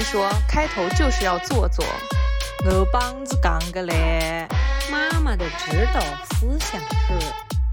说开头就是要做作。 我帮子讲个嘞， 妈妈的指导思想是。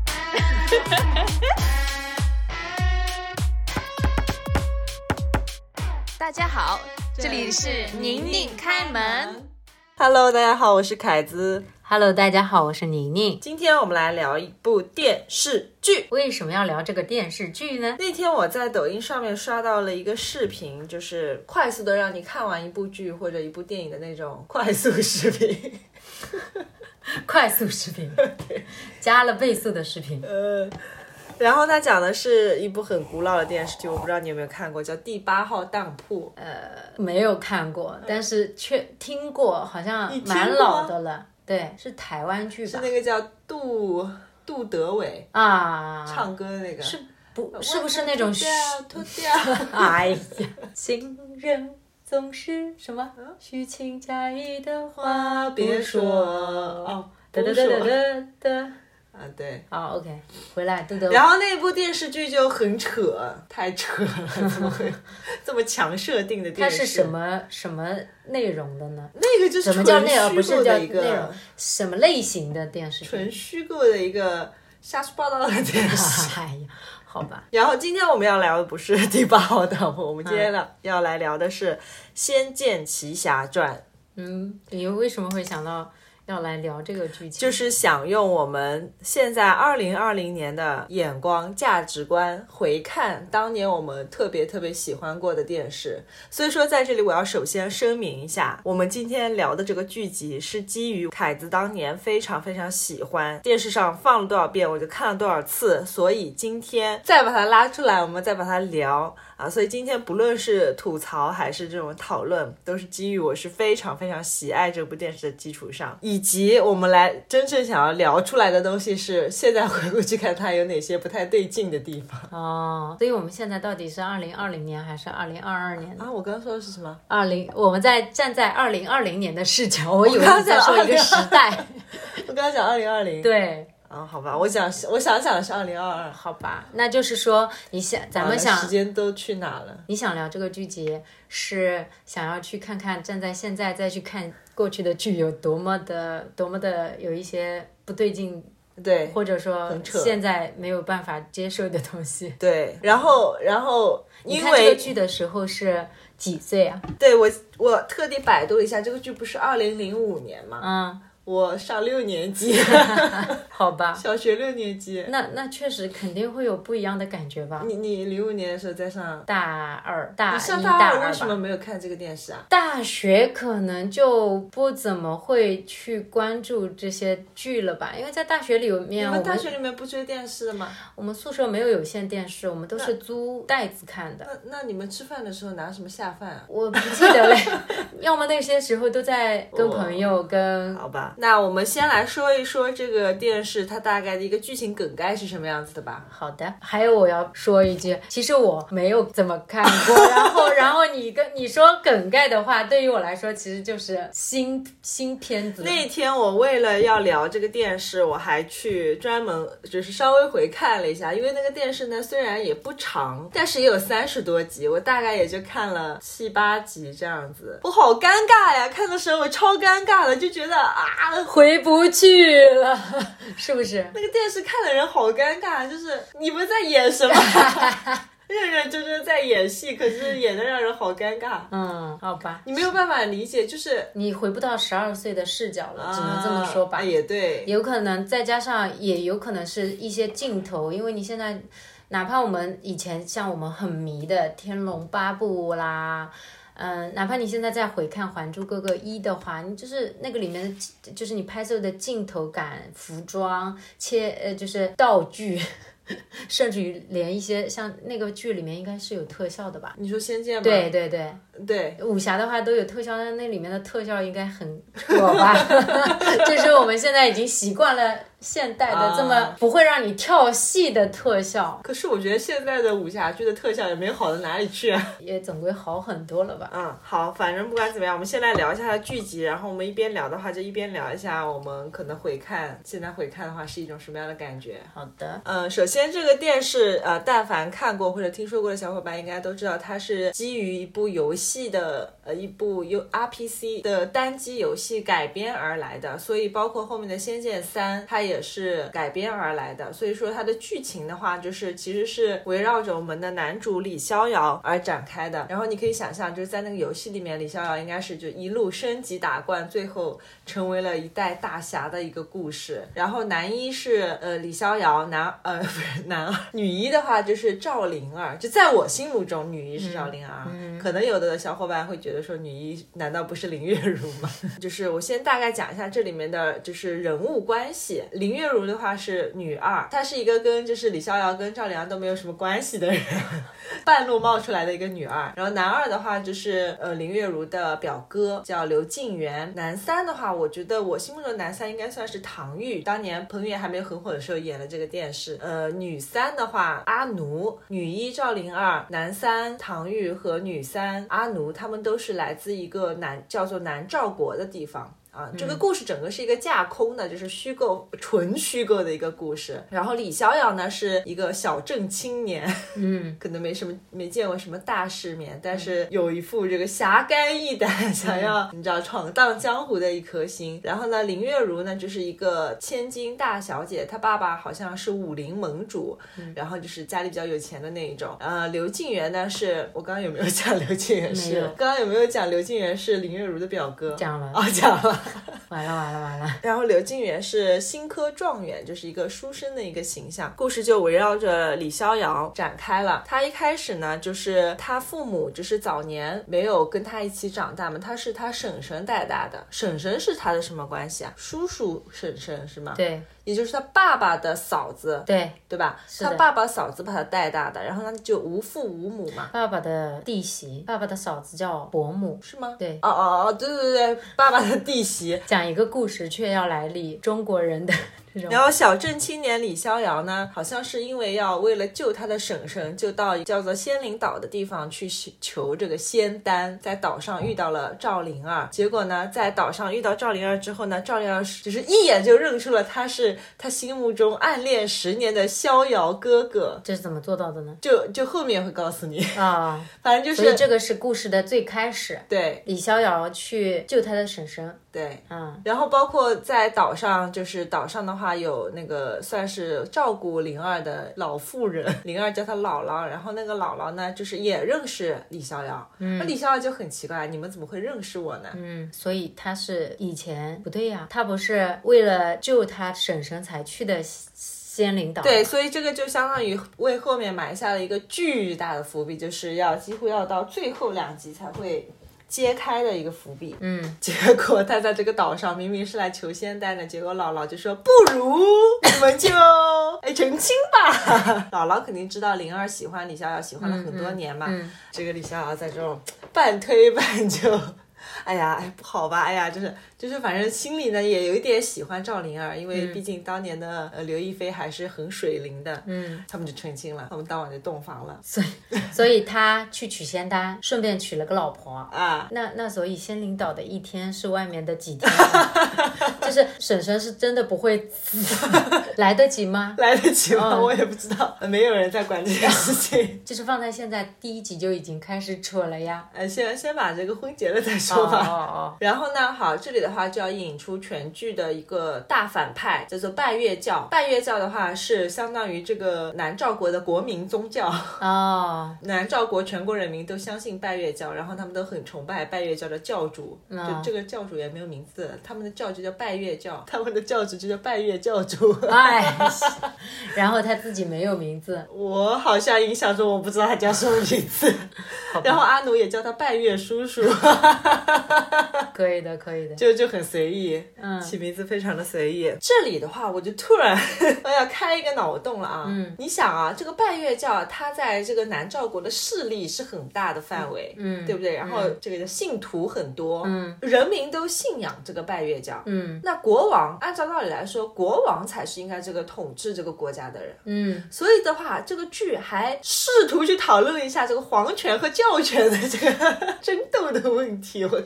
大家好，这里是宁宁开门。 Hello， 大家好，我是凯子。 Hello， 大家好，我是宁宁。 今天我们来聊一部电视剧。 为什么要聊这个电视剧呢？ 那天我在抖音上面刷到了一个视频，就是快速的让你看完一部剧或者一部电影的那种快速视频。 快速视频，加了倍速的视频。 然后它讲的是一部很古老的电视剧，我不知道你有没有看过，叫《第8号当铺》。 没有看过，但是却听过，好像蛮老的了。对，是台湾剧吧？ 是那个叫杜德伟啊， 唱歌的那个。 是不是那种脱掉？ 哎呀，情人总是什么虚情假意的话别说。 哦， 哒哒哒哒哒。 啊，对， 好 ，OK， 回来，杜德伟。 然后那部电视剧就很扯，太扯了，怎么会这么强设定的电视？ 它是什么内容的呢？ 那个就是什么叫内容？不是叫一个内容，什么类型的电视剧？ 纯虚构的一个瞎说八道的电视。 哎呀，好吧。 然后今天我们要聊的不是第8号当铺，我们今天要来聊的是《仙剑奇侠传》。 你为什么会想到要来聊这个剧情？ 就是想用我们现在2020年的眼光价值观回看当年我们特别喜欢过的电视。所以说在这里我要首先声明一下，我们今天聊的这个剧集是基于凯子当年非常喜欢，电视上放了多少遍我就看了多少次，所以今天再把它拉出来，我们再把它聊啊。所以今天不论是吐槽还是这种讨论，都是基于我是非常喜爱这部电视的基础上，以及我们来真正想要聊出来的东西是现在回过去看它有哪些不太对劲的地方。 所以我们现在到底是2020年还是2022年啊？我刚刚说的是什么我们在站在2020年的视角，我以为你在说一个时代。 我刚刚讲2020。 对好吧，我想的是2022。 好吧，那就是说咱们想时间都去哪了？ 你想聊这个剧集是想要去看看站在现在再去看过去的剧有多么的有一些不对劲， 对， 或者说现在没有办法接受的东西。 对，然后你看这个剧的时候是几岁啊？ 对，我特地百度了一下，这个剧不是2005年吗？我上6年级。 好吧， 小学6年级。 那确实肯定会有不一样的感觉吧。 你05年的时候在上大1、大2 吧？为什么没有看这个电视啊？ 大学可能就不怎么会去关注这些剧了吧，因为在大学里面， 你们大学里面不追电视的吗？ 我们宿舍没有有线电视，我们都是租袋子看的。 那你们吃饭的时候拿什么下饭啊？ 我不记得了。要么那些时候都在跟朋友好吧，那我们先来说一说这个电视它大概的一个剧情梗概是什么样子的吧。 好的，还有我要说一句，其实我没有怎么看过，然后你说梗概的话，对于我来说其实就是新片子。 那天我为了要聊这个电视，我还去专门就是稍微回看了一下，因为那个电视呢虽然也不长，但是也有30多集，我大概也就看了7、8集这样子。我好尴尬呀，看的时候我超尴尬的，就觉得回不去了，是不是？ 那个电视看的人好尴尬，就是你们在演什么？认认真真在演戏，可是演的让人好尴尬。 好吧， 你没有办法理解，就是你回不到12岁的视角了，只能这么说吧。 也对， 有可能再加上也有可能是一些镜头，因为你现在哪怕我们以前像我们很迷的《天龙八部》啦。哪怕你现在再回看《还珠格格1》的话，你就是那个里面的，就是你拍摄的镜头感、服装、就是道具，甚至于连一些像那个剧里面应该是有特效的吧？ 你说《仙剑》吗？ 对，武侠的话都有特效，但那里面的特效应该很扯吧？就是我们现在已经习惯了现代的这么不会让你跳戏的特效。 可是我觉得现在的武侠剧的特效也没有好到哪里去啊， 也总归好很多了吧。 好，反正不管怎么样，我们先来聊一下它的剧集，然后我们一边聊的话就一边聊一下我们可能现在回看的话是一种什么样的感觉。 好的。 首先这个电视但凡看过或者听说过的小伙伴应该都知道，它是基于一部游戏戏的一部RPC 的单机游戏改编而来的，所以包括后面的《仙剑3》它也是改编而来的，所以说它的剧情的话就是其实是围绕着我们的男主李逍遥而展开的。然后你可以想象就是在那个游戏里面，李逍遥应该是就一路升级打怪，最后成为了一代大侠的一个故事。然后男一是李逍遥，不是男二，女一的话就是赵灵儿，就在我心目中女一是赵灵儿，可能有的小伙伴会觉得说女一难道不是林月如吗？就是我先大概讲一下这里面的就是人物关系。林月如的话是女二，她是一个跟就是李逍遥跟赵灵儿都没有什么关系的人半路冒出来的一个女二。然后男二的话就是林月如的表哥叫刘敬元。男三的话，我觉得我心目中的男三应该算是唐钰，当年彭于晏还没有很火的时候演了这个电视。女三的话阿奴，女一赵灵儿，男三唐钰和女三阿奴，他们都是来自一个叫做南诏国的地方。这个故事整个是一个架空的，就是纯虚构的一个故事。然后李逍遥呢是一个小镇青年，可能没见过什么大世面，但是有一副这个侠肝义胆，想要你知道闯荡江湖的一颗心。然后呢，林月如呢就是一个千金大小姐，她爸爸好像是武林盟主，然后就是家里比较有钱的那一种。刘敬元呢是我刚刚有没有讲刘敬元是？刚刚有没有讲刘敬元是林月如的表哥？ 讲了。 讲了。 完了。 然后刘敬元是新科状元，就是一个书生的一个形象。故事就围绕着李逍遥展开了。他一开始呢，就是他父母就是早年没有跟他一起长大嘛，他是他婶婶带大的。婶婶是他的什么关系啊？叔叔婶婶是吗？ 对， 也就是他爸爸的嫂子， 对吧？他爸爸嫂子把他带大的，然后他就无父无母嘛。 爸爸的弟媳，爸爸的嫂子叫伯母， 是吗？ 对， 对，爸爸的弟媳。 讲一个故事却要来历中国人的这种。 然后小镇青年李逍遥呢，好像是因为为了救他的婶婶，就到叫做仙灵岛的地方去求这个仙丹，在岛上遇到了赵灵儿。结果呢，在岛上遇到赵灵儿之后呢，赵灵儿就是一眼就认出了他是他心目中暗恋10年的逍遥哥哥。 这是怎么做到的呢？ 就后面会告诉你啊， 反正就是所以这个是故事的最开始。 对， 李逍遥去救他的婶婶。 对，然后包括在岛上，就是岛上的话有那个算是照顾灵儿的老妇人，灵儿叫她姥姥，然后那个姥姥呢，就是也认识李逍遥，那李逍遥就很奇怪，你们怎么会认识我呢？ 所以他是以前不对呀，他不是为了救他婶婶才去的仙灵岛。 对，所以这个就相当于为后面埋下了一个巨大的伏笔，就是几乎要到最后2集才会揭开的一个伏笔。结果他在这个岛上明明是来求仙丹的，结果姥姥就说不如你们就成亲吧。姥姥肯定知道灵儿喜欢李逍遥，喜欢了很多年嘛。这个李逍遥在这种半推半就不好吧，就是反正心里呢也有一点喜欢赵灵儿，因为毕竟当年的刘亦菲还是很水灵的。他们就成亲了，他们当晚就洞房了。 所以他去取仙丹，顺便娶了个老婆啊。 那所以仙灵岛的一天是外面的几天？就是婶婶是真的不会来得及吗？ 来得及吗？我也不知道，没有人在管这个事情。 就是放在现在第1集就已经开始扯了呀。 先把这个婚结了再说吧。然后呢，好，这里的话就要引出全剧的一个大反派，叫做拜月教。拜月教的话是相当于这个南诏国的国民宗教。南诏国全国人民都相信拜月教，然后他们都很崇拜拜月教的教主。就这个教主也没有名字，他们的教就叫拜月教，他们的教主就叫拜月教主。 然后他自己没有名字， 我好像印象中我不知道他叫什么名字。然后阿奴也叫他拜月叔叔。 可以的就很随意，起名字非常的随意。这里的话我就突然我要开一个脑洞了啊。你想啊，这个拜月教它在这个南诏国的势力是很大的范围，对不对？然后这个信徒很多，人民都信仰这个拜月教。那国王按照道理来说，国王才是应该这个统治这个国家的人。所以的话，这个剧还试图去讨论一下这个皇权和教权的这个争斗的问题。我看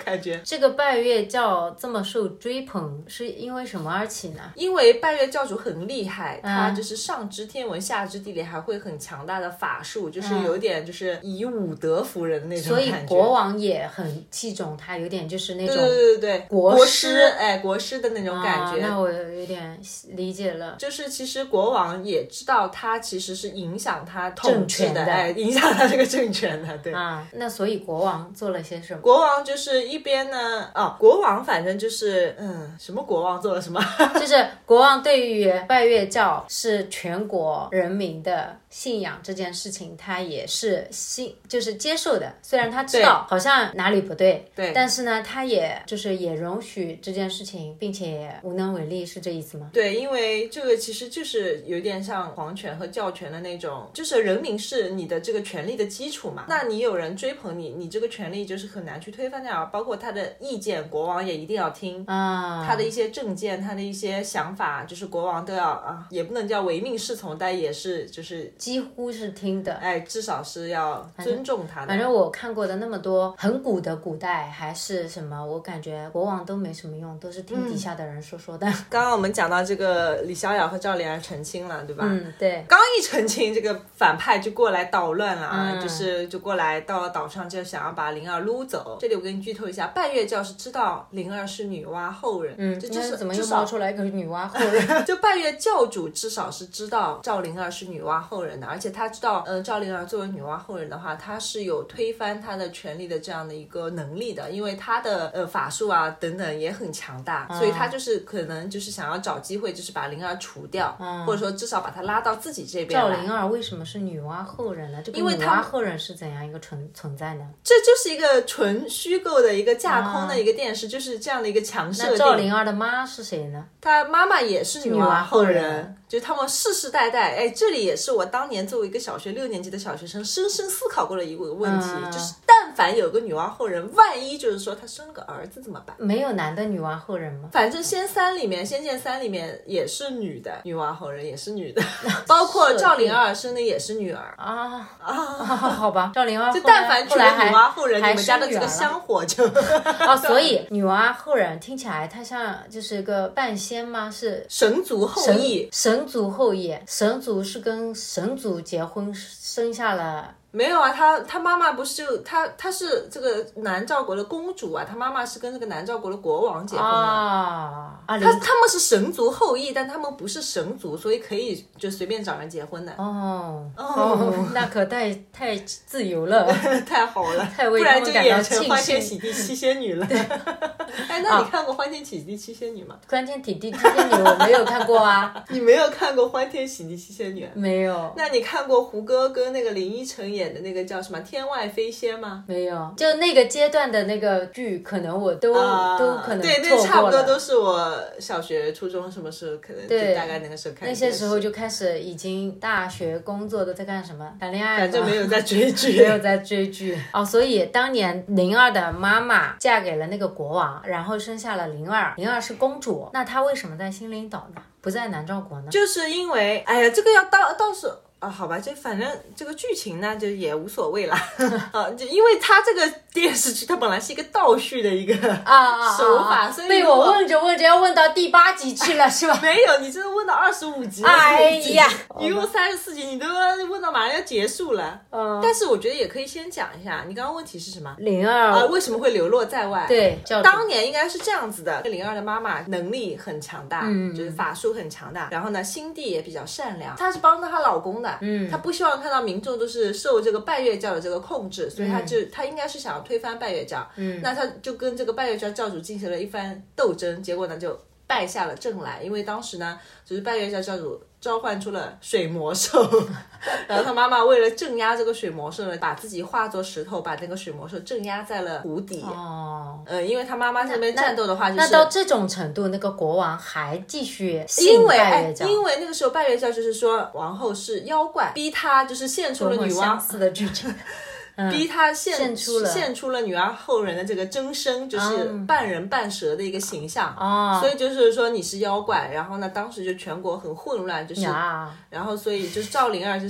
感觉。 这个拜月教这么受追捧，是因为什么而起呢？ 因为拜月教主很厉害，他就是上知天文下知地理，还会很强大的法术，就是有点就是以武德服人的那种感觉。 所以国王也很器重他，有点就是那种对国师，哎，国师的那种感觉。 那我有点理解了， 就是其实国王也知道他其实是影响他统治政权的， 哎，影响他这个政权的，对啊。那所以国王做了些什么？ 国王就是一边呢，国王反正就是什么国王做了什么， 就是国王对于拜月教是全国人民的信仰这件事情，他也是就是接受的。虽然他知道好像哪里不对，但是呢，他也容许这件事情，并且无能为力，是这意思吗？ 对，因为这个其实就是有点像皇权和教权的那种，就是人民是你的这个权利的基础嘛。那你有人追捧你，你这个权利就是很难去推翻掉，包括他的意见，国王也一定要听啊，他的一些政见，他的一些想法，就是国王都要也不能叫唯命是从，但也是就是几乎是听的， 哎，至少是要尊重他的。 反正我看过的那么多很古的古代还是什么，我感觉国王都没什么用，都是听底下的人说的。 刚刚我们讲到这个李逍遥和赵灵儿澄清了，对吧？ 对。 刚一澄清，这个反派就过来捣乱了啊，就过来到了岛上，就想要把灵儿撸走。这里我给你剧透一下，拜月教是知道灵儿是女娲后人，就是怎么又冒出来一个女娲后人？ 就拜月教主至少是知道赵灵儿是女娲后人的，而且他知道，赵灵儿作为女娲后人的话，他是有推翻他的权力的这样的一个能力的，因为他的法术啊等等也很强大，所以他就是可能就是想要找机会，就是把灵儿除掉，或者说至少把他拉到自己这边来。 赵灵儿为什么是女娲后人呢？这个女娲后人是怎样一个存在呢？ 这就是一个纯虚构的一个架空的一个电视，就是这样的一个强设定。 那赵灵儿的妈是谁呢？ 她妈妈也是女娲后人，就他们世世代代，哎，这里也是我当年作为一个小学6年级的小学生深深思考过的一个问题，就是但凡有个女娲后人，万一就是说她生了个儿子怎么办？ 没有男的女娲后人吗？ 反正仙剑3里面也是女的，女娲后人也是女的，包括赵灵儿生的也是女儿好吧，赵灵儿就但凡娶了女娲后人，你们家的这个香火就所以女娲后人听起来她像就是个半仙吗？是神族后裔， 神族后裔，神族是跟神族结婚生下了。 没有啊，他妈妈不是就他是这个南诏国的公主啊，他妈妈是跟这个南诏国的国王结婚的他们是神族后裔，但他们不是神族，所以可以就随便找人结婚的。 那可太自由了， 太好了， 太为不然就演成庆欢天喜地七仙女了。哎，那你看过欢天喜地七仙女吗？ 欢天喜地七仙女我没有看过啊。 你没有看过欢天喜地七仙女？ 没有。 那你看过胡歌跟那个林依晨演的那个叫什么《天外飞仙》吗？ 没有，就那个阶段的那个剧，可能我都可能对，那差不多都是我小学、初中什么时候，可能就大概那个时候看。 那些时候就开始已经大学工作都在干什么？谈恋爱， 反正没有在追剧， 没有在追剧所以当年灵儿的妈妈嫁给了那个国王，然后生下了灵儿，灵儿是公主，那她为什么在心灵岛呢？不在南诏国呢？ 就是因为，哎呀，这个要倒是。好吧，就反正这个剧情呢，就也无所谓啦。就因为它这个电视剧，它本来是一个倒叙的一个手法，所以被我问着要问到第8集去了，是吧？ 没有，你真的问到25集了。 哎呀， 一共34集，你都问到马上要结束了。但是我觉得也可以先讲一下，你刚刚问题是什么？ 灵儿为什么会流落在外？ 对， 当年应该是这样子的，灵儿的妈妈能力很强大，就是法术很强大，然后呢，心地也比较善良，她是帮她老公的。他不希望看到民众都是受这个拜月教的这个控制，所以他应该是想要推翻拜月教。那他就跟这个拜月教教主进行了一番斗争，结果呢就败下了阵来。因为当时呢，就是拜月教教主召唤出了水魔兽，然后他妈妈为了镇压这个水魔兽呢，把自己化作石头，把那个水魔兽镇压在了湖底。因为他妈妈这边战斗的话，就是那到这种程度，那个国王还继续信拜月教， 因为那个时候拜月教就是说王后是妖怪，逼他就是献出了女娲相似的剧情。 逼他献出了女娲后人的这个真身，就是半人半蛇的一个形象。所以就是说你是妖怪，然后呢，当时就全国很混乱，就是然后所以就是赵灵儿就是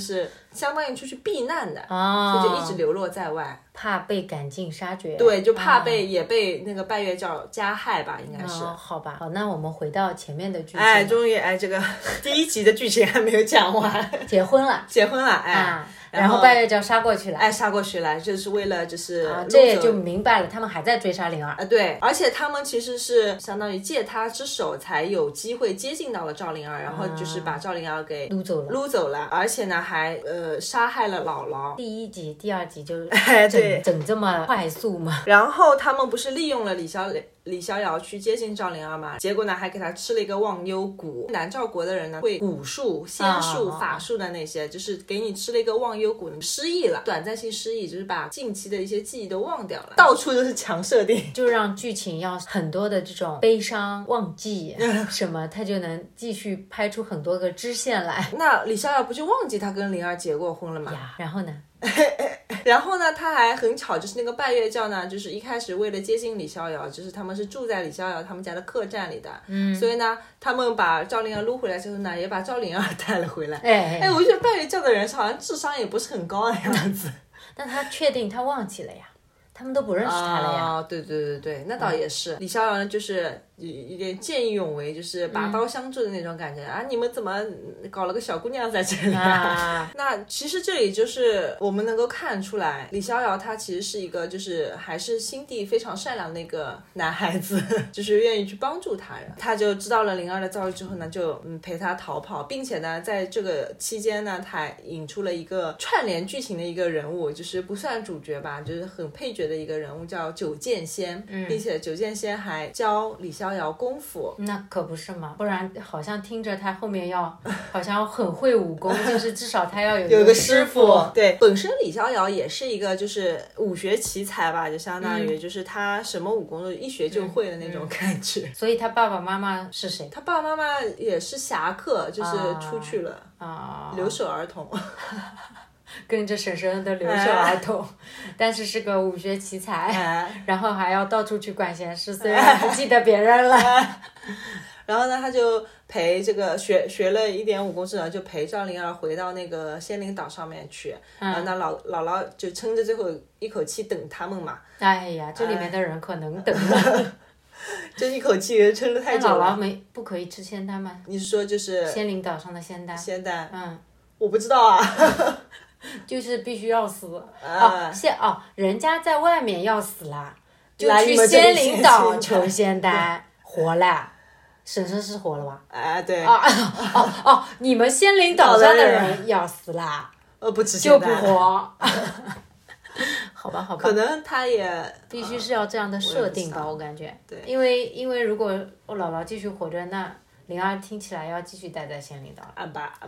相当于出去避难的， 哦， 所以就一直流落在外， 怕被赶尽杀绝。 对，就怕也被那个拜月教加害吧，应该是。 好吧，好，那我们回到前面的剧情。 终于这个第1集的剧情还没有讲完， 结婚了，然后拜月教杀过去了， 杀过去了，就是为了就是这也就明白了，他们还在追杀灵儿。 对，而且他们其实是相当于借他之手才有机会接近到了赵灵儿，然后就是把赵灵儿给撸走了， 而且呢还杀害了姥姥。 第1集、第2集就对整这么快速嘛。 然后他们不是利用了李逍遥去接近赵灵儿嘛，结果呢还给他吃了一个忘忧谷。南诏国的人呢会蛊术、仙术、法术的那些，就是给你吃了一个忘忧谷，失忆了，短暂性失忆，就是把近期的一些记忆都忘掉了，到处都是强设定， 就让剧情要很多的这种悲伤、忘记什么，他就能继续拍出很多个支线来。 那李逍遥不就忘记他跟灵儿结过婚了吗？ 然后呢？ 然后呢，他还很巧，就是那个拜月教呢，就是一开始为了接近李逍遥，就是他们是住在李逍遥他们家的客栈里的，所以呢，他们把赵灵儿撸回来之后呢，也把赵灵儿带了回来。我觉得拜月教的人好像智商也不是很高的样子。 但他确定他忘记了呀，他们都不认识他了呀。 对，那倒也是。李逍遥呢，就是有点见义勇为，就是拔刀相助的那种感觉你们怎么搞了个小姑娘在这里那其实这里就是我们能够看出来，李逍遥他其实是一个就是还是心地非常善良的一个男孩子，就是愿意去帮助他人。他就知道了灵儿的遭遇之后呢，就陪他逃跑，并且呢在这个期间呢，他还引出了一个串联剧情的一个人物，就是不算主角吧，就是很配角的一个人物，叫九剑仙，并且九剑仙还教李逍遥功夫。 那可不是嘛，不然好像听着他后面好像很会武功，就是至少他要有个师傅。 对，本身李逍遥也是一个就是武学奇才吧，就相当于就是他什么武功都一学就会的那种感觉。 所以他爸爸妈妈是谁？ 他爸爸妈妈也是侠客，就是出去了留守儿童。 跟着婶婶的留守儿童，但是是个武学奇才，然后还要到处去管闲事，虽然不记得别人了。 然后呢，他就陪这个学了一点武功之后，就陪赵灵儿回到那个仙灵岛上面去。然后那姥姥就撑着最后一口气等他们嘛。 哎呀，这里面的人可能等了。 这一口气撑得太久了。 姥姥不可以吃仙丹吗？ 你是说就是仙灵岛上的仙丹？ 仙丹，我不知道啊。 就是必须要死人家在外面要死了，就去仙灵岛求仙丹，活了。婶婶是活了吧？ 对。 你们仙灵岛上的人要死了， 不吃仙丹就不活。好吧， 可能他也必须是要这样的设定吧，我感觉。对，因为如果我姥姥继续活着，那灵儿听起来要继续待在仙灵岛了。 安巴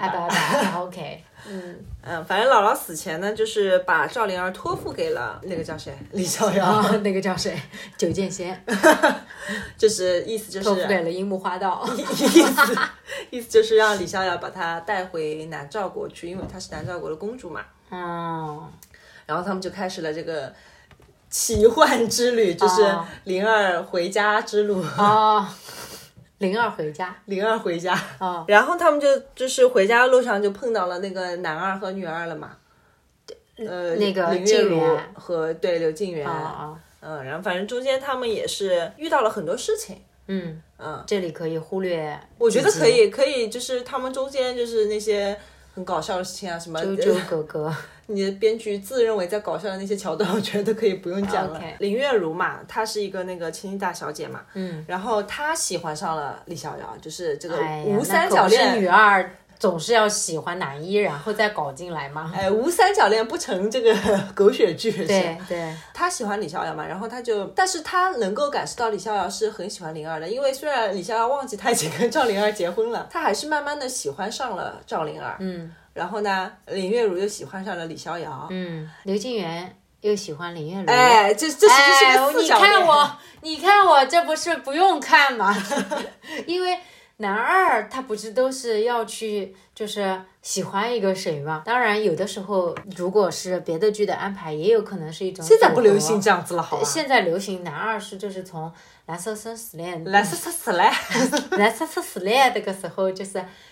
OK。 反正姥姥死前呢，就是把赵灵儿托付给了那个叫谁，李逍遥。 那个叫谁，九剑仙。 就是意思就是托付给了樱木花道。 意思就是让李逍遥把她带回南诏国去，因为她是南诏国的公主嘛。然后他们就开始了这个奇幻之旅，就是灵儿回家之路。 灵儿回家。 然后他们就是回家的路上就碰到了那个男二和女二了嘛。 那个林月如和刘静元。然后反正中间他们也是遇到了很多事情。 这里可以忽略。 我觉得可以，就是他们中间就是那些很搞笑的事情啊，什么啾啾哥哥。 你的编剧自认为在搞笑的那些桥段，我觉得可以不用讲了。林月如嘛，她是一个那个千金大小姐嘛，然后她喜欢上了李逍遥，就是这个无三角恋。 女二总是要喜欢男一，然后再搞进来嘛。 无三角恋不成这个狗血剧。 对。 她喜欢李逍遥嘛，然后但是她能够感受到李逍遥是很喜欢灵儿的，因为虽然李逍遥忘记他已经跟赵灵儿结婚了，他还是慢慢的喜欢上了赵灵儿。然后呢，林月如又喜欢上了李逍遥。 刘静元又喜欢林月如。 这其实是个四角恋。 你看我这不是不用看吗？因为男二他不是都是要去就是喜欢一个谁吗？当然有的时候如果是别的剧的安排，也有可能是一种。 现在不流行这样子了，好吧？ 现在流行男二是就是从蓝色生死恋那个时候，就是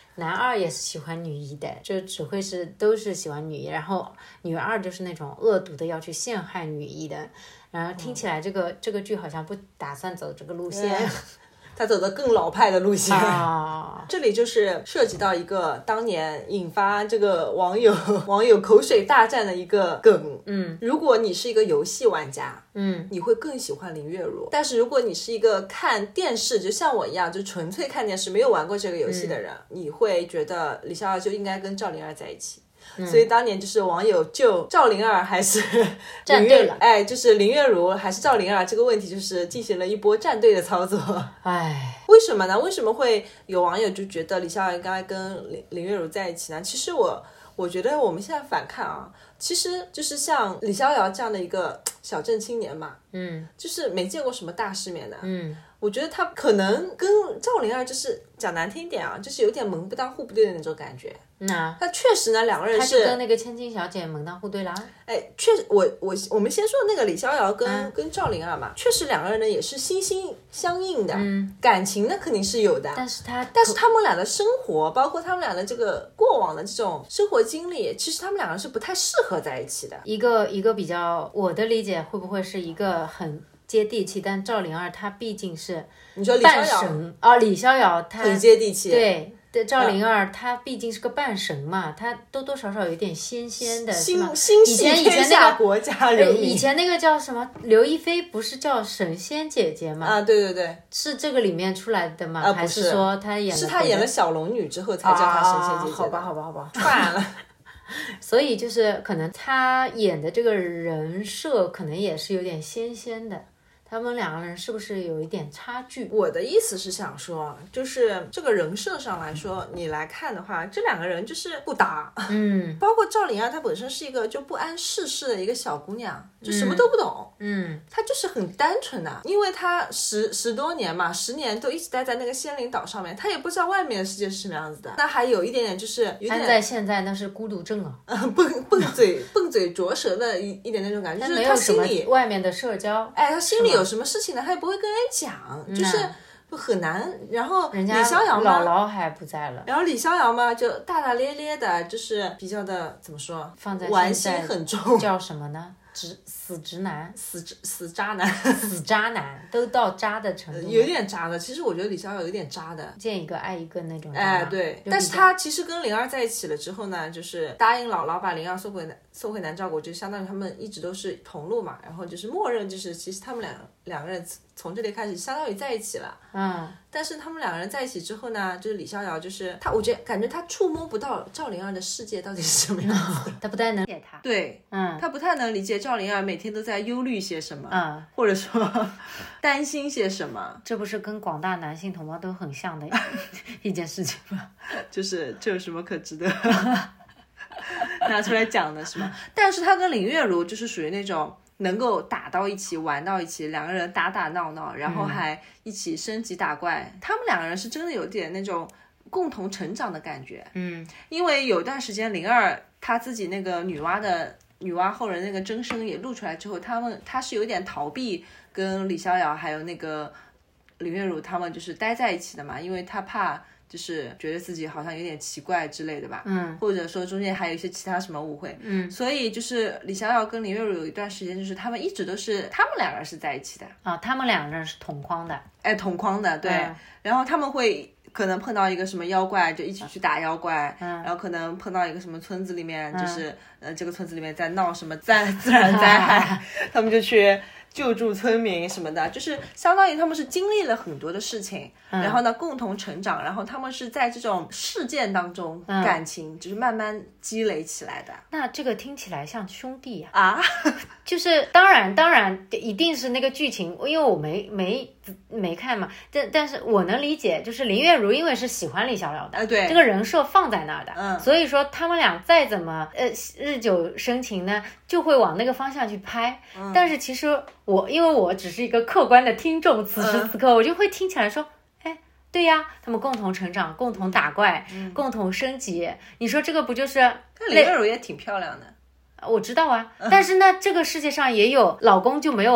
男二也是喜欢女一的，就只会是都是喜欢女一，然后女二就是那种恶毒的要去陷害女一的，然后听起来这个剧好像不打算走这个路线。 他走的更老派的路线啊， 这里就是涉及到一个当年引发这个网友口水大战的一个梗。如果你是一个游戏玩家，你会更喜欢林月如，但是如果你是一个看电视，就像我一样就纯粹看电视没有玩过这个游戏的人，你会觉得李逍遥就应该跟赵灵儿在一起。所以当年就是网友就赵灵儿还是站队了， 就是林月如还是赵灵儿这个问题，就是进行了一波站队的操作。 为什么呢？为什么会有网友就觉得李逍遥应该跟林月如在一起呢？其实我觉得我们现在反看啊，其实就是像李逍遥这样的一个小镇青年嘛，就是没见过什么大世面的，我觉得他可能跟赵灵儿就是讲难听点啊，就是有点门不当户不对的那种感觉。他确实呢，两个人是他就跟那个千金小姐门当户对啦。 确实，我们先说那个李逍遥跟赵灵儿嘛，确实两个人呢也是心心相印的，感情呢肯定是有的。 但是他们俩的生活，包括他们俩的这个过往的这种生活经历，其实他们两个是不太适合在一起的。 一个比较，我的理解会不会是一个很接地气，但赵灵儿她毕竟是你说半神啊，李逍遥她很接地气， 对。赵灵儿她毕竟是个半神嘛，她多多少少有点仙仙的，是吗？ 以前那个国家人民， 以前那个叫什么刘亦菲不是叫神仙姐姐吗？ 啊，对对对， 是这个里面出来的吗？还是说她演是她演了小龙女之后才叫她神仙姐姐？ 好吧， 串了。 所以就是可能她演的这个人设可能也是有点仙仙的。他们两个人是不是有一点差距？ 我的意思是想说，就是这个人设上来说，你来看的话，这两个人就是不搭。包括赵灵儿，她本身是一个就不谙世事的一个小姑娘，就什么都不懂。她就是很单纯的，因为她十多年嘛，10年都一直待在那个仙灵岛上面，她也不知道外面的世界是什么样子的。那还有一点点就是有点， 在现在那是孤独症啊， 笨嘴拙舌的一点那种感觉，就是她心里外面的社交， 她心里有什么事情呢，他也不会跟人讲，就是很难。然后人家李逍遥嘛， 姥姥还不在了。 然后李逍遥嘛，就大大咧咧的，就是比较的怎么说， 放在玩心很重， 叫什么呢？死直男， 死渣男， 死渣男都到渣的程度， 有点渣的。其实我觉得李逍遥有点渣的， 见一个爱一个那种。 对。但是他其实跟灵儿在一起了之后呢，就是答应姥姥把灵儿送回南诏国，就相当于他们一直都是同路嘛。然后就是默认就是其实他们两个人从这里开始相当于在一起了。但是他们两个人在一起之后呢，就是李逍遥就是他，我感觉他触摸不到赵灵儿的世界到底是什么样子的， 他不太能理解他。 对，他不太能理解赵灵儿每天都在忧虑些什么，或者说担心些什么。 这不是跟广大男性同胞都很像的一件事情吗？ 就是这有什么可值得拿出来讲的是吗？但是他跟林月如就是属于那种能够打到一起玩到一起，两个人打打闹闹，然后还一起升级打怪，他们两个人是真的有点那种共同成长的感觉。因为有段时间灵儿她自己那个女娲后人那个真身也露出来之后，她是有点逃避跟李逍遥还有那个林月如他们就是待在一起的嘛，因为她怕就是觉得自己好像有点奇怪之类的吧，或者说中间还有一些其他什么误会，所以就是李逍遥跟林月如有一段时间就是他们一直都是他们两个人是在一起的啊，他们两个人是同框的， 同框的，对，然后他们会可能碰到一个什么妖怪就一起去打妖怪，然后可能碰到一个什么村子里面就是这个村子里面在闹什么自然灾害，他们就去救助村民什么的，就是相当于他们是经历了很多的事情，然后呢共同成长，然后他们是在这种事件当中感情就是慢慢积累起来的。 那这个听起来像兄弟啊，就是当然一定是那个剧情，因为我没看嘛，但是我能理解，就是林月如因为是喜欢李逍遥的， 对， 这个人设放在那儿的，所以说他们俩再怎么日久生情呢，就会往那个方向去拍。但是其实因为我只是一个客观的听众，此时此刻我就会听起来说，对呀，他们共同成长，共同打怪，共同升级，你说这个不就是林月如也挺漂亮的， 我知道啊，但是呢这个世界上也有老公就没有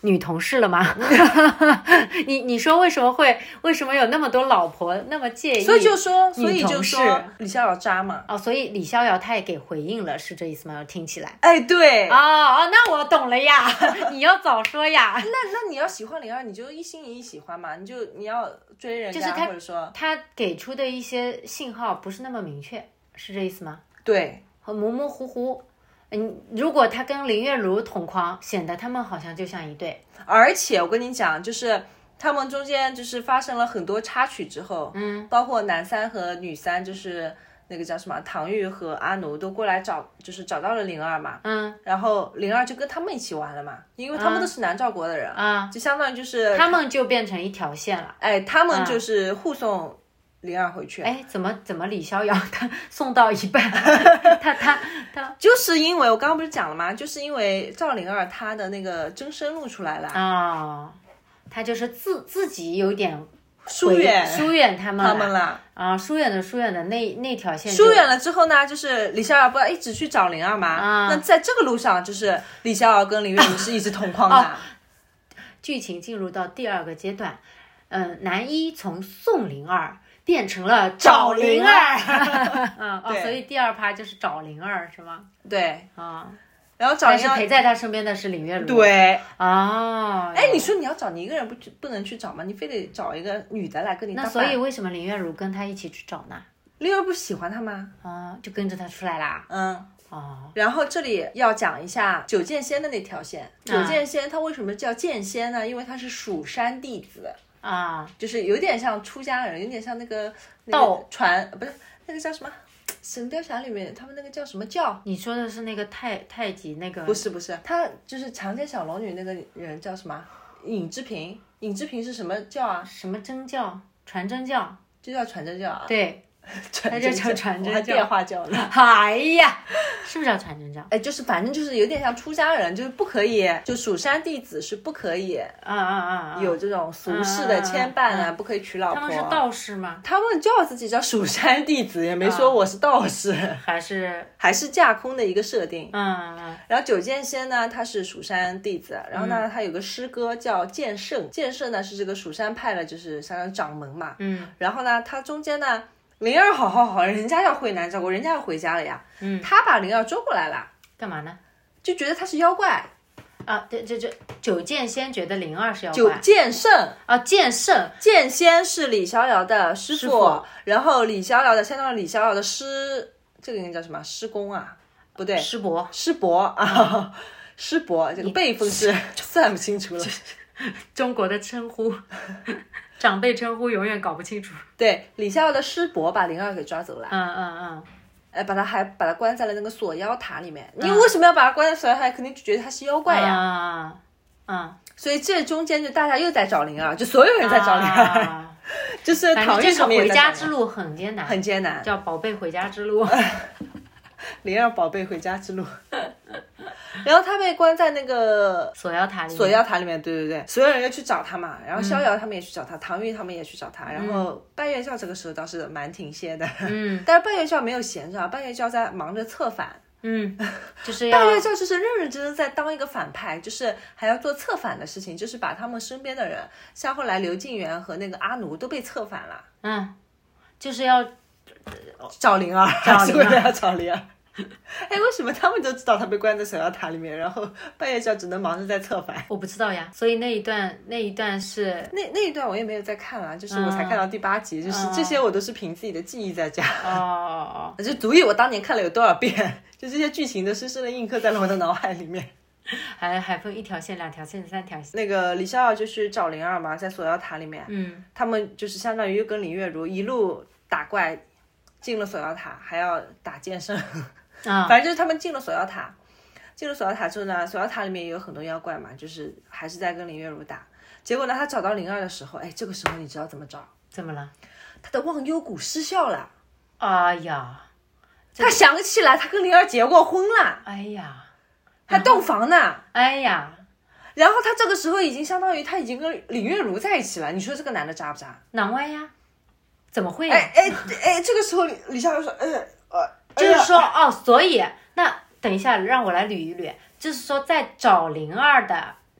女同事了吗？你说为什么有那么多老婆那么介意？ 所以就说李逍遥渣嘛。 哦，所以李逍遥他也给回应了，是这意思吗？听起来。 哎，对。 哦，那我懂了呀，你要早说呀。 那你要喜欢灵儿，你就一心一意喜欢嘛，你要追人家， 就是或者说他给出的一些信号不是那么明确，是这意思吗？ 对， 很模模糊糊。如果他跟林月如同框，显得他们好像就像一对。 而且我跟你讲，就是他们中间就是发生了很多插曲之后，包括男三和女三，就是那个叫什么唐钰和阿奴都过来就是找到了灵儿嘛，然后灵儿就跟他们一起玩了嘛，因为他们都是南诏国的人就相当于就是他们就变成一条线了。 哎，他们就是护送灵儿回去。 哎，怎么李逍遥他送到一半，他就是因为我刚刚不是讲了吗？就是因为赵灵儿她的那个真身露出来了啊，他就是自己有点疏远他们了啊，疏远的那条线。 疏远了之后呢，就是李逍遥不要一直去找灵儿嘛，那在这个路上就是李逍遥跟林月如是一直同框的。 剧情进入到第二个阶段，男一从送灵儿变成了找灵儿，所以第二趴就是找灵儿是吗？ 对啊， 然后找灵儿， 但是陪在他身边的是林月如。 对啊， 哎，你说你要找你一个人不能去找吗？你非得找一个女的来跟你搭伴。 那所以为什么林月如跟他一起去找呢？ 灵儿不是喜欢他吗？ 就跟着他出来啦。 然后这里要讲一下九剑仙的那条线。九剑仙他为什么叫剑仙呢？因为他是蜀山弟子就是有点像出家人，有点像那个传，不是那个叫什么神雕侠里面他们那个叫什么教？ 你说的是那个太极那个？ 不是，他就是强奸小龙女那个人叫什么？尹志平。尹志平是什么教啊？ 什么真教？传真教， 就叫传真教啊？ 对。 他就叫传真教， 电话教呢。 哎呀，是不是叫传真教？ 哎，就是反正就是有点像出家人，就是不可以，就蜀山弟子是不可以有这种俗世的牵绊不可以娶老婆。 他们是道士吗？ 他们叫自己叫蜀山弟子，也没说我是道士， 还是架空的一个设定。然后九剑仙呢，他是蜀山弟子，然后呢，他有个师哥叫剑圣，剑圣呢是这个蜀山派的，就是相当于掌门嘛。然后呢，他中间呢。灵儿好，人家要回南诏国，人家要回家了呀。他把灵儿捉过来了， 干嘛呢？ 就觉得他是妖怪啊。这九剑仙觉得灵儿是妖怪。 九剑圣剑圣， 剑仙是李逍遥的师傅，然后李逍遥的相当于李逍遥的师，这个应该叫什么？师公啊？不对，师伯啊，师伯这个辈分是算不清楚了。 中国的称呼。长辈称呼永远搞不清楚。 对，李逍遥的师伯把灵儿给抓走了。把他关在了那个锁妖塔里面。你为什么要把他关在锁妖塔？肯定就觉得他是妖怪呀。所以这中间就大家又在找灵儿，就所有人在找灵儿。就是唐钰他们也在找灵儿。 回家之路很艰难， 很艰难， 叫宝贝回家之路。 灵儿宝贝回家之路。然后他被关在那个锁妖塔里面，对，所有人要去找他嘛，然后逍遥他们也去找他，唐钰他们也去找他，然后半月教这个时候倒是蛮挺歇的，但是半月教没有闲着，半月教在忙着策反， 就是半月教就是认真在当一个反派，就是还要做策反的事情，就是把他们身边的人，像后来刘敬元和那个阿奴都被策反了， 就是要找灵儿，是为了要找灵儿。哎，为什么他们都知道他被关在锁妖塔里面，然后半夜教只能忙着在策反？ 我不知道呀，所以那一段是那一段我也没有再看了，就是我才看到第8集，就是这些我都是凭自己的记忆在讲。就足以我当年看了有多少遍，就这些剧情都深深的印刻在了我的脑海里面。 还分1条线、2条线、3条线。 那个李逍遥就去找灵儿嘛，在锁妖塔里面，他们就是相当于跟林月如一路打怪，进了锁妖塔，还要打剑圣。反正就是他们进了锁妖塔，之后呢，锁妖塔里面也有很多妖怪嘛，就是还是在跟林月如打。结果呢，他找到灵儿的时候，哎，这个时候你知道怎么找？ 怎么了？ 他的忘忧谷失效了。 哎呀， 他想起来他跟灵儿结过婚了。 哎呀， 还洞房呢。 哎呀， 然后他这个时候已经相当于他已经跟林月如在一起了。你说这个男的渣不渣？ 难歪呀，怎么会？ 这个时候李逍遥说， 就是说所以那等一下让我来捋一捋，就是说在找灵儿的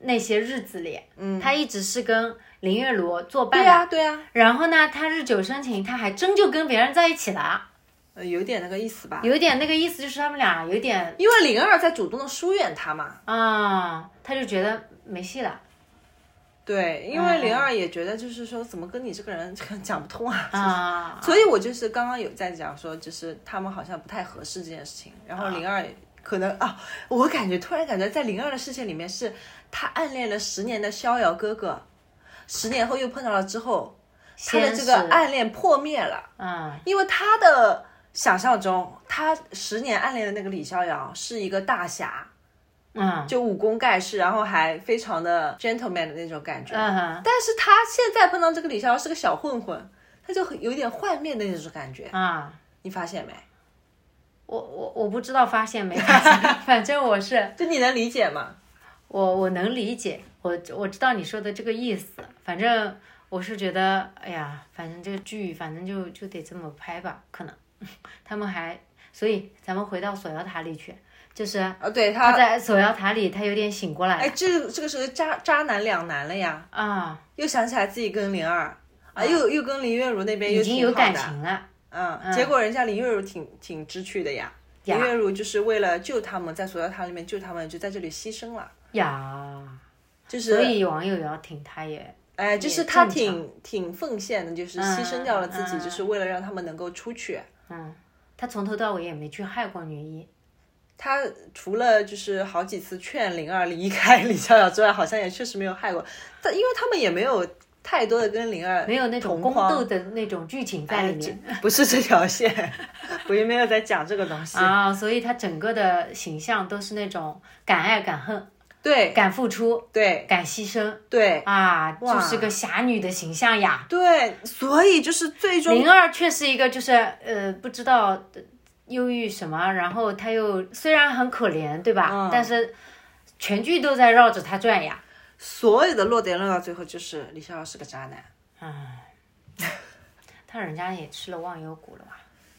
那些日子里，他一直是跟林月如作伴的。 对啊。 然后呢，他日久生情，他还真就跟别人在一起了。 有点那个意思吧。 有点那个意思，就是他们俩有点。 因为灵儿在主动的疏远他嘛。 他就觉得没戏了。 对，因为灵儿也觉得就是说怎么跟你这个人讲不通啊。所以我就是刚刚有在讲说，就是他们好像不太合适这件事情。然后灵儿可能我突然感觉在灵儿的世界里面是他暗恋了10年的逍遥哥哥，10年后又碰到了之后，他的这个暗恋破灭了。因为他的想象中，他10年暗恋的那个李逍遥是一个大侠。就武功盖世，然后还非常的 gentleman 的那种感觉。但是他现在碰到这个李逍遥是个小混混，他就有点幻灭的那种感觉。你发现没？ 我不知道发现没发现，反正我是。 就你能理解吗？ 我能理解，我知道你说的这个意思。反正我是觉得，哎呀，反正这个剧反正就得这么拍吧，可能他们所以咱们回到锁妖塔里去。就是对他在锁妖塔里，他有点醒过来了。 这个是渣男两难了呀！又想起来自己跟灵儿又跟林月如那边已经有感情了。 结果人家林月如挺知趣的呀。林月如就是为了救他们，在锁妖塔里面救他们，就在这里牺牲了呀。 就是所以网友要挺他也。 就是他挺奉献的，就是牺牲掉了自己，就是为了让他们能够出去。 他从头到尾也没去害过女一。 他除了就是好几次劝灵儿离开李逍遥之外，好像也确实没有害过。因为他们也没有太多的跟灵儿没有那种宫斗的那种剧情在里面， 不是这条线，我也没有在讲这个东西所以他整个的形象都是那种敢爱敢恨， 对， 敢付出， 对， 敢牺牲， 对就是个侠女的形象呀。 对，所以就是最终灵儿却是一个就是不知道忧郁什么，然后他又虽然很可怜，对吧？但是全剧都在绕着他转呀。 所有的落点落到最后就是李逍遥是个渣男。 他人家也吃了忘忧谷了吧？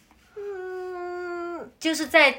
就是在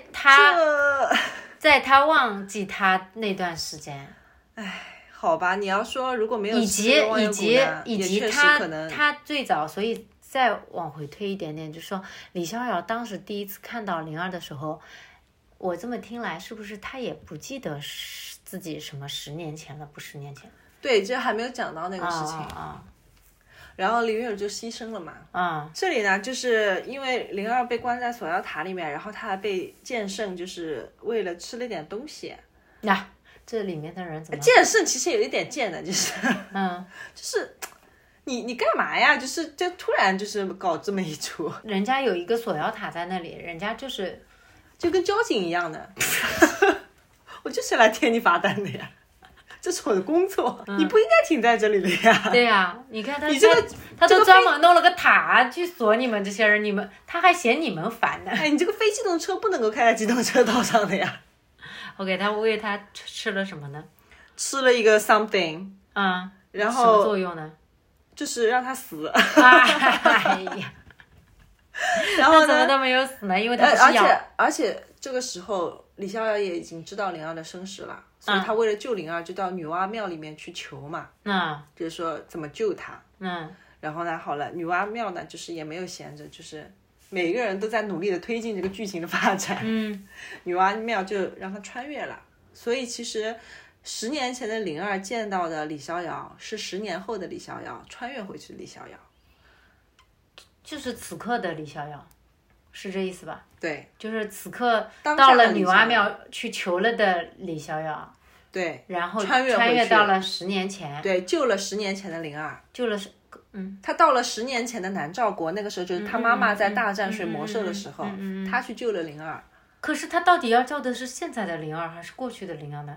他忘记他那段时间。 好吧，你要说如果没有以及他最早，所以再往回推一点点，就是说李逍遥当时第一次看到灵儿的时候，我这么听来是不是他也不记得自己什么10年前了？不，10年前。 对，这还没有讲到那个事情。然后林月如就牺牲了嘛。这里呢，就是因为灵儿被关在锁妖塔里面，然后他还被剑圣就是为了吃了点东西。 这里面的人怎么？ 剑圣其实有一点贱的，就是就是你干嘛呀？就突然就是搞这么一出。 人家有一个锁妖塔在那里，人家就跟交警一样的。我就是来贴你罚单的呀，这是我的工作，你不应该停在这里的呀。 对呀，你看他都专门弄了个塔去锁你们这些人，他还嫌你们烦呢。 你这个非机动车不能够开在机动车道上的呀。 OK， 他喂他吃了什么呢？ 吃了一个 something，然后什么作用呢？ 就是让他死。 哎呀， 然后呢？ 怎么都没有死呢？因为他不是药。 而且这个时候李逍遥也已经知道灵儿的身世了，所以他为了救灵儿，就到女娲庙里面去求嘛。就是说怎么救他。然后呢，好了，女娲庙呢，就是也没有闲着，就是每个人都在努力的推进这个剧情的发展。女娲庙就让他穿越了，所以其实10年前的灵儿见到的李逍遥是10年后的李逍遥穿越回去的李逍遥， 就是此刻的李逍遥，是这意思吧？ 对， 就是此刻到了女娲庙去求了的李逍遥。 对， 然后穿越到了10年前。 对，救了10年前的灵儿，他到了10年前的南诏国，那个时候就是他妈妈在大战水魔兽的时候，他去救了灵儿。 可是他到底要救的是现在的灵儿还是过去的灵儿呢？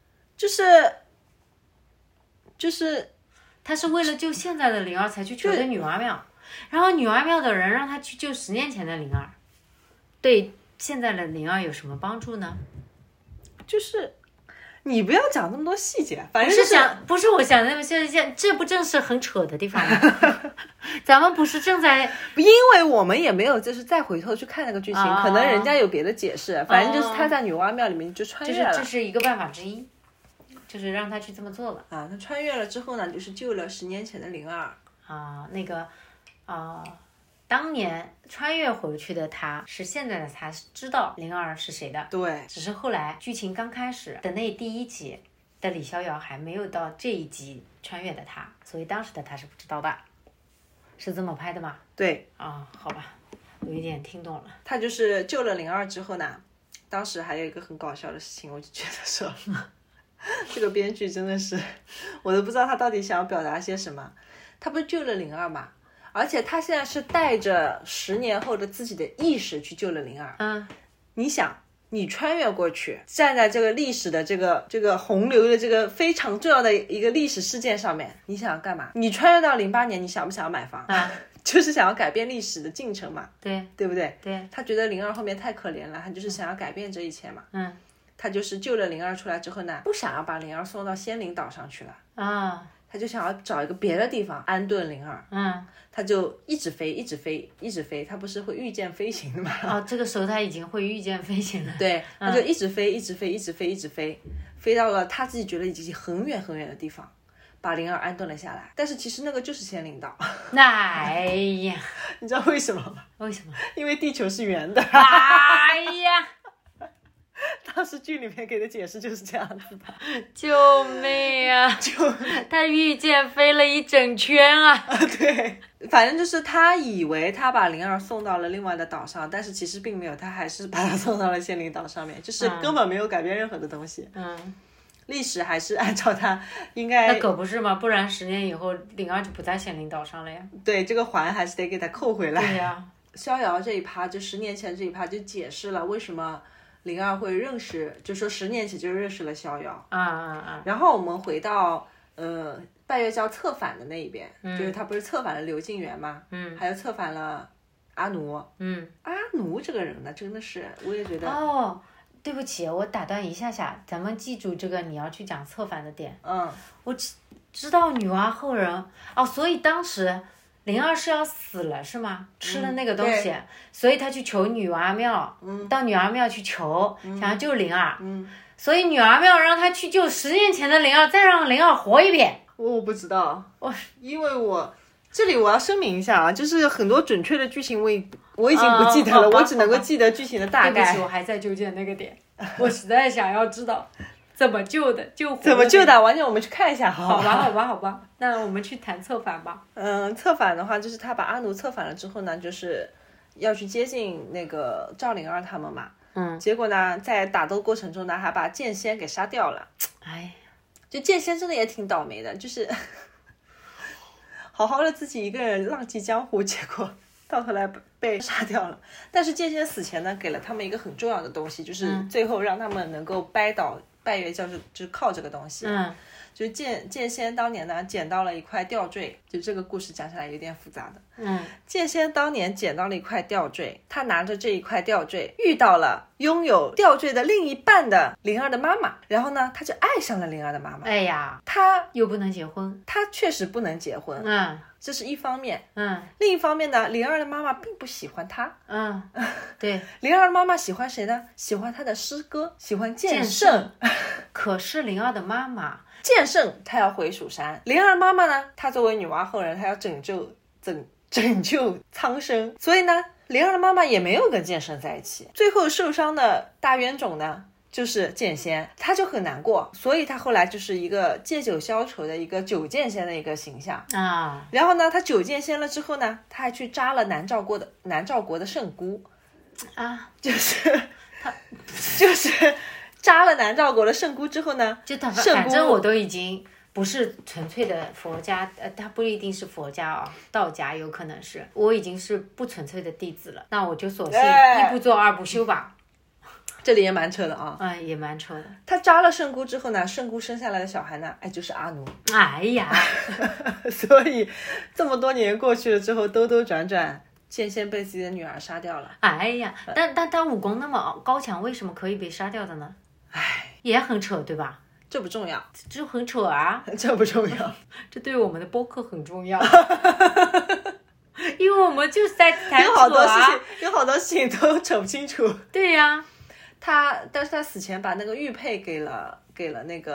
就是他是为了救现在的灵儿才去求的女娲庙，然后女娲庙的人让他去救10年前的灵儿，对现在的灵儿有什么帮助呢？ 就是你不要讲那么多细节，反正不是我想那么细节，这不正是很扯的地方吗？咱们不是正在， 因为我们也没有就是再回头去看那个剧情，可能人家有别的解释，反正就是他在女娲庙里面就穿越了， 这是一个办法之一。 就是让他去这么做了。 啊，他穿越了之后呢，就是救了10年前的灵儿。 当年穿越回去的他是现在的他知道灵儿是谁的， 对， 只是后来剧情刚开始的那第一集的李逍遥还没有到这一集穿越的他，所以当时的他是不知道的，是这么拍的吗？ 对好吧，有一点听懂了。 他就是救了灵儿之后呢，当时还有一个很搞笑的事情，我就觉得说这个编剧真的是，我都不知道他到底想要表达些什么。他不是救了灵儿嘛，而且他现在是带着10年后的自己的意识去救了灵儿。你想，你穿越过去，站在这个历史的这个洪流的这个非常重要的一个历史事件上面，你想要干嘛？你穿越到08年，你想不想要买房？就是想要改变历史的进程嘛，对不对？ 对， 他觉得灵儿后面太可怜了，他就是想要改变这一切嘛。他就是救了灵儿出来之后呢，不想要把灵儿送到仙灵岛上去了他就想要找一个别的地方安顿灵儿。他就一直飞，一直飞，一直飞。他不是会御剑飞行的吗？ 这个时候他已经会御剑飞行了。 对，他就一直飞，一直飞，一直飞，一直飞，飞到了他自己觉得已经很远很远的地方，把灵儿安顿了下来。但是其实那个就是仙灵岛。 哎呀， 你知道为什么吗？ 为什么？ 因为地球是圆的。 哎呀， 当时剧里面给的解释就是这样子的。 救命啊！他御剑飞了一整圈啊！ 对，反正就是他以为他把灵儿送到了另外的岛上，但是其实并没有，他还是把他送到了仙灵岛上面，就是根本没有改变任何的东西。历史还是按照他应该。 那可不是嘛，不然10年以后灵儿就不在仙灵岛上了呀。 对，这个环还是得给他扣回来。 对呀。 逍遥这一趴，就10年前这一趴就解释了为什么灵儿会认识，就说10年前就认识了逍遥。然后我们回到拜月教策反的那一边，就是他不是策反了刘敬元吗？还有策反了阿奴。阿奴这个人呢，真的是我也觉得。 对不起，我打断一下下，咱们记住这个你要去讲策反的点。我知道女娲后人所以当时灵儿是要死了是吗？吃了那个东西，所以他去求女娲庙，到女娲庙去求，想要救灵儿。所以女娲庙让他去救10年前的灵儿，再让灵儿活一遍。 我不知道，因为我这里我要声明一下啊，就是很多准确的剧情我已经不记得了，我只能够记得剧情的大概。 对不起，我还在纠结那个点，我实在想要知道怎么救的， 怎么救的，完全我们去看一下。好吧，那我们去谈策反吧。 策反的话，就是他把阿奴策反了之后呢，就是要去接近那个赵灵儿他们嘛。结果呢，在打斗过程中呢，还把剑仙给杀掉了。就剑仙真的也挺倒霉的，就是好好的自己一个人浪迹江湖，结果到头来被杀掉了。但是剑仙死前呢，给了他们一个很重要的东西，就是最后让他们能够掰倒拜月教，就是靠这个东西。就是剑仙当年呢捡到了一块吊坠，就这个故事讲起来有点复杂的。剑仙当年捡到了一块吊坠，他拿着这一块吊坠遇到了拥有吊坠的另一半的灵儿的妈妈，然后呢他就爱上了灵儿的妈妈。 哎呀， 他又不能结婚， 他确实不能结婚。这是一方面。另一方面呢，灵儿的妈妈并不喜欢他。 对， 灵儿的妈妈喜欢谁呢？喜欢他的师哥，喜欢剑圣。 可是灵儿的妈妈剑圣他要回蜀山，灵儿妈妈呢，她作为女娲后人，她要拯救苍生，所以呢，灵儿的妈妈也没有跟剑圣在一起。最后受伤的大冤种呢，就是剑仙，他就很难过，所以他后来就是一个借酒消愁的一个酒剑仙的一个形象。然后呢，他酒剑仙了之后呢，他还去扎了南诏国的圣姑。就是扎了南诏国的圣姑之后呢， 反正我都已经不是纯粹的佛家，它不一定是佛家道家有可能是，我已经是不纯粹的弟子了，那我就索性一不做二不休吧。 这里也蛮扯的啊。 也蛮扯的。 他扎了圣姑之后呢，圣姑生下来的小孩呢，就是阿奴。 哎呀， 所以这么多年过去了之后，兜兜转转，剑仙被自己的女儿杀掉了。 哎呀，但武功那么高强，为什么可以被杀掉的呢？也很扯，对吧？ 这不重要， 这很扯啊。 这不重要， 这对我们的播客很重要。因为我们就是在谈扯有好多事情都扯不清楚。 对呀。 但是他死前把那个玉佩给了那个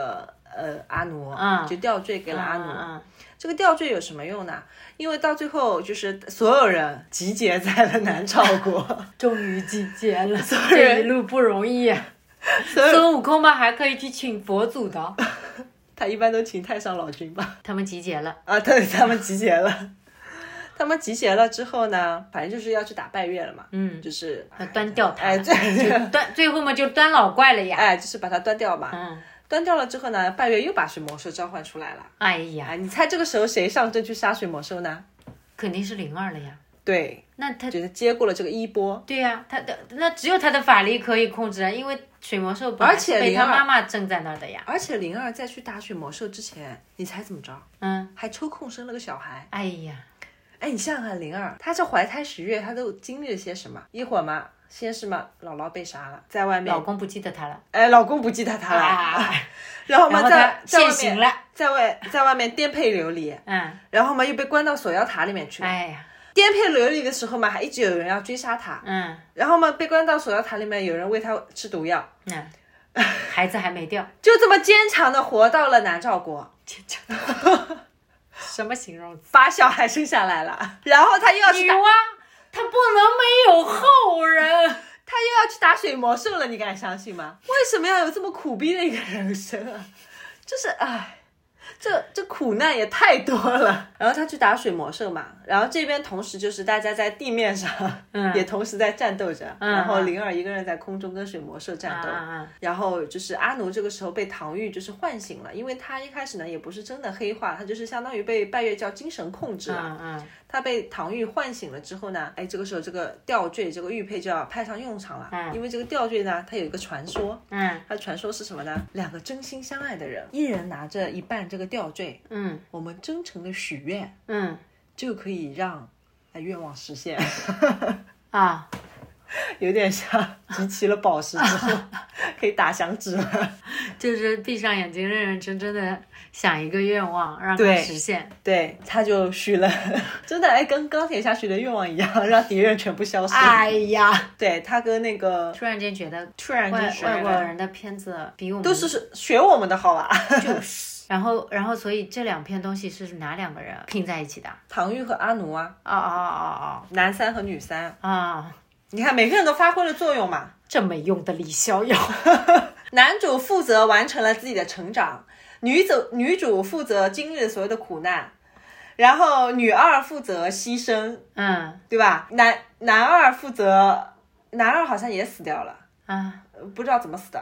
阿奴， 嗯就吊坠给了阿奴。 嗯这个吊坠有什么用呢？因为到最后就是所有人集结在了南诏国， 终于集结了， 有人这一路不容易啊。孙悟空嘛还可以去请佛祖的， 他一般都请太上老君吧。 他们集结了。 啊，对，他们集结了。他们集结了之后呢，反正就是要去打拜月了嘛，就是端掉他， 哎， 最后嘛就端老怪了呀， 哎，就是把它端掉嘛。端掉了之后呢，拜月又把水魔兽召唤出来了。 哎呀， 你猜这个时候谁上阵去杀水魔兽呢？ 肯定是灵儿了呀。 对， 那他就是接过了这个衣钵。 对呀，他的那只有他的法力可以控制啊，因为水魔兽本来是被他妈妈镇在那儿的呀。 而且灵儿在去打水魔兽之前，你猜怎么着？还抽空生了个小孩。 哎呀， 哎，你想想看，灵儿她这怀胎10月，她都经历了些什么？一会儿嘛，先是嘛，姥姥被杀了，在外面， 老公不记得她了， 哎，老公不记得她了，然后嘛，在现形了， 在外面颠沛流离，然后嘛又被关到锁妖塔里面去了， 哎呀， 颠沛流离的时候嘛，还一直有人要追杀他，然后嘛被关到锁妖塔里面，有人喂他吃毒药， 孩子还没掉， 就这么坚强的活到了南诏国， 坚强什么形容词？ 把小孩生下来了，然后他又要去女娲，她不能没有后人， 他又要去打水魔兽了，你敢相信吗？为什么要有这么苦逼的一个人生啊？就是哎，这苦难也太多了。然后他去打水魔兽嘛，然后这边同时就是大家在地面上，也同时在战斗着，然后灵儿一个人在空中跟水魔兽战斗，然后就是阿奴这个时候被唐钰就是唤醒了，因为他一开始呢也不是真的黑化，他就是相当于被拜月教精神控制了。他被唐钰唤醒了之后呢，哎，这个时候这个吊坠这个玉佩就要派上用场了，因为这个吊坠呢它有一个传说，它传说是什么呢？两个真心相爱的人，一人拿着一半这个吊坠，我们真诚的许愿，就可以让愿望实现啊， 有点像集齐了宝石之后可以打响指了， 就是闭上眼睛认认真真的想一个愿望让它实现。 对，他就许了真的跟钢铁侠许的愿望一样，让敌人全部消失。 哎呀， 对，他跟那个突然间觉得外国人的片子比我们都是学我们的好吧， 就是然后所以这两片东西是哪两个人拼在一起的？ 唐钰和阿奴啊。男三和女三啊。 你看每个人都发挥了作用嘛。 这没用的李逍遥男主负责完成了自己的成长，女主负责经历了所有的苦难，然后女二负责牺牲，对吧？男二负责，男二好像也死掉了，不知道怎么死的，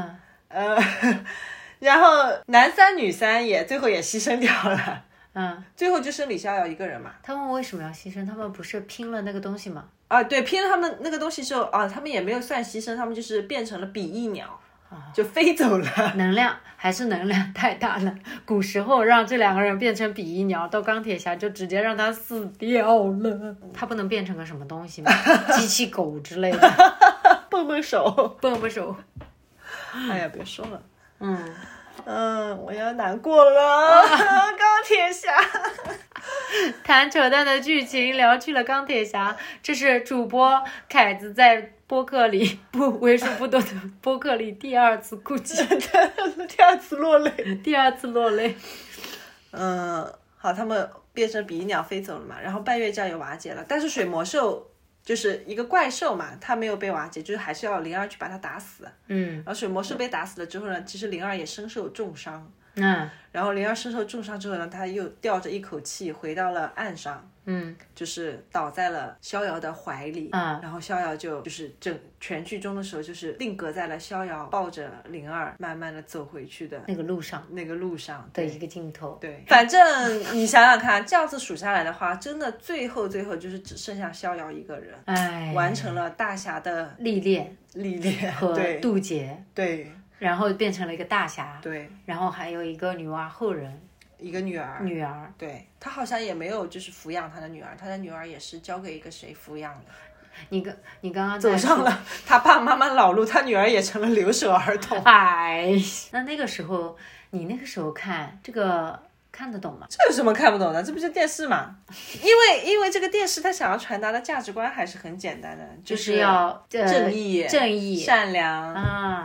然后男三女三最后也牺牲掉了，最后就剩李逍遥一个人嘛。 他们为什么要牺牲？他们不是拼了那个东西吗？ 对，拼了他们那个东西之后他们也没有算牺牲，他们就是变成了比翼鸟，就飞走了。 能量太大了，古时候让这两个人变成比翼鸟，到钢铁侠就直接让他死掉了。他不能变成个什么东西吗？机器狗之类的， 蹦蹦手。哎呀，别说了。我要难过了。钢铁侠谈扯淡的剧情聊去了钢铁侠，这是主播凯子在播客里为数不多的播客里第二次哭泣第二次落泪。好，他们变成比翼鸟飞走了嘛，然后拜月教也瓦解了，但是水魔兽就是一个怪兽嘛，它没有被瓦解，就是还是要灵儿去把它打死。然后水魔兽被打死了之后呢，其实灵儿也身受重伤。然后灵儿身受重伤之后呢，他又吊着一口气回到了岸上，就是倒在了逍遥的怀里，然后逍遥就是全剧中的时候就是定格在了逍遥抱着灵儿慢慢的走回去的那个路上的一个镜头。 对，反正你想想看，这样子数下来的话，真的最后就是只剩下逍遥一个人，完成了大侠的历练和渡劫。 对。 然后变成了一个大侠， 对， 然后还有一个女娲后人， 一个女儿，对，他好像也没有就是抚养他的女儿，他的女儿也是交给一个谁抚养的。 你刚刚走上了他爸爸妈妈老路，他女儿也成了留守儿童。 那个时候你那个时候看这个看得懂吗？ 这有什么看不懂的？这不是电视吗？因为这个电视它想要传达的价值观还是很简单的， 就是要正义、 善良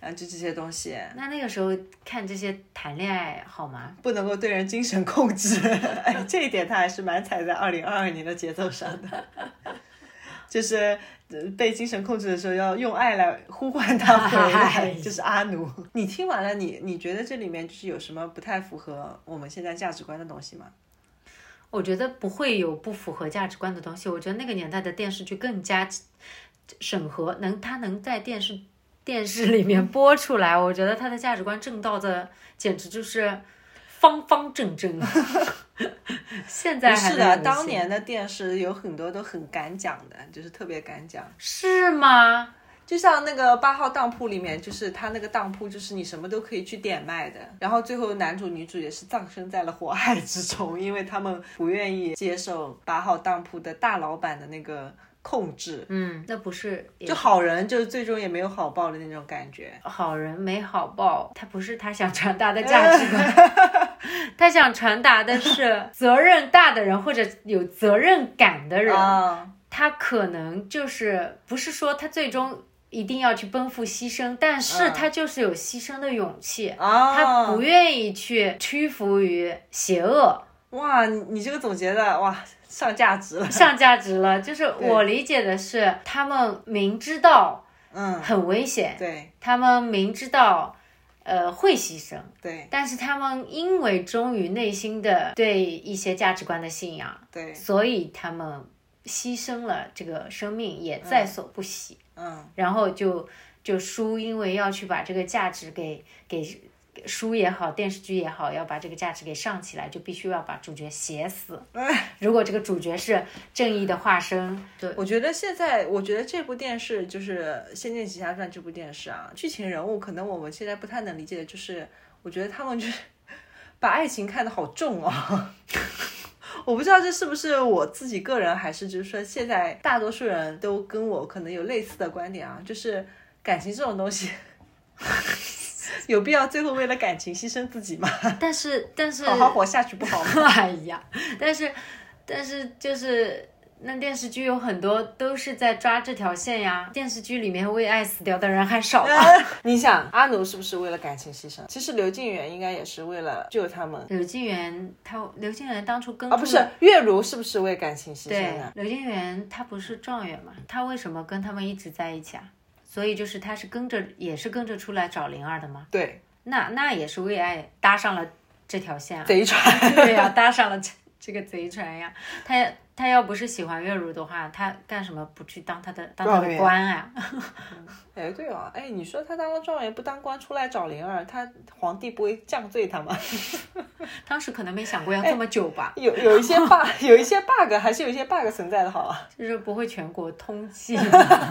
就这些东西。 那个时候看这些谈恋爱好吗？ 不能够对人精神控制，哎，这一点他还是蛮踩在2022年的节奏上的，就是被精神控制的时候要用爱来呼唤他回来，就是阿奴。你听完了，你觉得这里面就是有什么不太符合我们现在价值观的东西吗？ 我觉得不会有不符合价值观的东西，我觉得那个年代的电视剧更加审核，它能在电视里面播出来，我觉得它的价值观正道的简直就是方方正正。现在还不是的，当年的电视有很多都很敢讲的，就是特别敢讲。 是吗？ 就像那个8号当铺里面，就是他那个当铺就是你什么都可以去点卖的，然后最后男主女主也是葬身在了火海之中，因为他们不愿意接受8号当铺的大老板的那个控制。 那不是就好人就最终也没有好报的那种感觉。 好人没好报，他不是他想传达的价值观。他想传达的是责任大的人或者有责任感的人，他可能就是不是说他最终一定要去奔赴牺牲，但是他就是有牺牲的勇气，他不愿意去屈服于邪恶。 哇，你这个总结的哇上价值了， 上价值了。就是我理解的是，他们明知道很危险， 对， 他们明知道会牺牲， 对， 但是他们因为忠于内心的对一些价值观的信仰， 对， 所以他们牺牲了这个生命也在所不惜。然后就书因为要去把这个价值给书也好，电视剧也好，要把这个价值给上起来，就必须要把主角写死。如果这个主角是正义的化身，对， 我觉得这部电视就是《仙剑奇侠传》这部电视啊，剧情人物可能我们现在不太能理解的，就是我觉得他们就是把爱情看得好重哦。我不知道这是不是我自己个人，还是就是说现在大多数人都跟我可能有类似的观点啊，就是感情这种东西有必要最后为了感情牺牲自己吗？ 但是好好活下去不好吗？ 哎呀，但是就是那电视剧有很多都是在抓这条线呀，电视剧里面为爱死掉的人还少吗？ 你想阿奴是不是为了感情牺牲？其实刘静元应该也是为了救他们。 刘静元当初跟不是月如是不是为感情牺牲的？ 对，刘静元他不是状元嘛，他为什么跟他们一直在一起啊？所以就是他是也是跟着出来找灵儿的吗？ 对， 那也是为爱搭上了这条线啊， 贼船。 对呀，搭上了这个贼船呀。他要不是喜欢月如的话，他干什么不去当他的官啊？ 哎，对哦，哎，你说他当了状元不当官出来找灵儿，他皇帝不会降罪他吗？ 当时可能没想过要这么久吧。 有一些 bug， 有一些 bug 还是有一些 bug 存在的好啊， 就是不会全国通缉。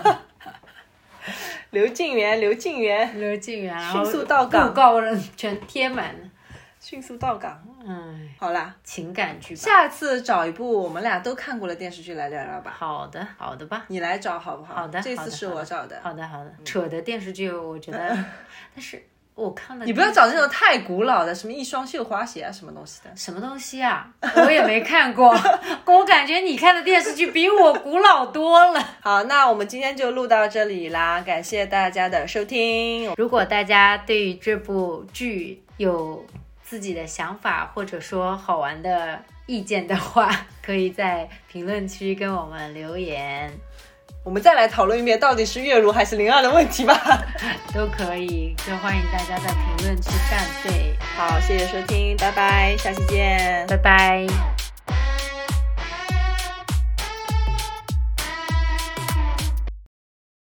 刘静元， 迅速到岗， 布告人全贴满， 迅速到岗。好啦， 情感剧吧， 下次找一部我们俩都看过的电视剧来聊聊吧。 好的吧， 你来找好不好？ 好的， 这次是我找的。 好的，扯的电视剧我觉得，但是我看的你不要找那种太古老的，什么一双绣花鞋啊，什么东西的。 什么东西啊？我也没看过。我感觉你看的电视剧比我古老多了。 好，那我们今天就录到这里啦，感谢大家的收听。 如果大家对于这部剧有自己的想法，或者说好玩的意见的话，可以在评论区跟我们留言。 我们再来讨论一遍，到底是月如还是灵儿的问题吧。 都可以，就欢迎大家在评论区站队。 好，谢谢收听，拜拜，下期见， 拜拜。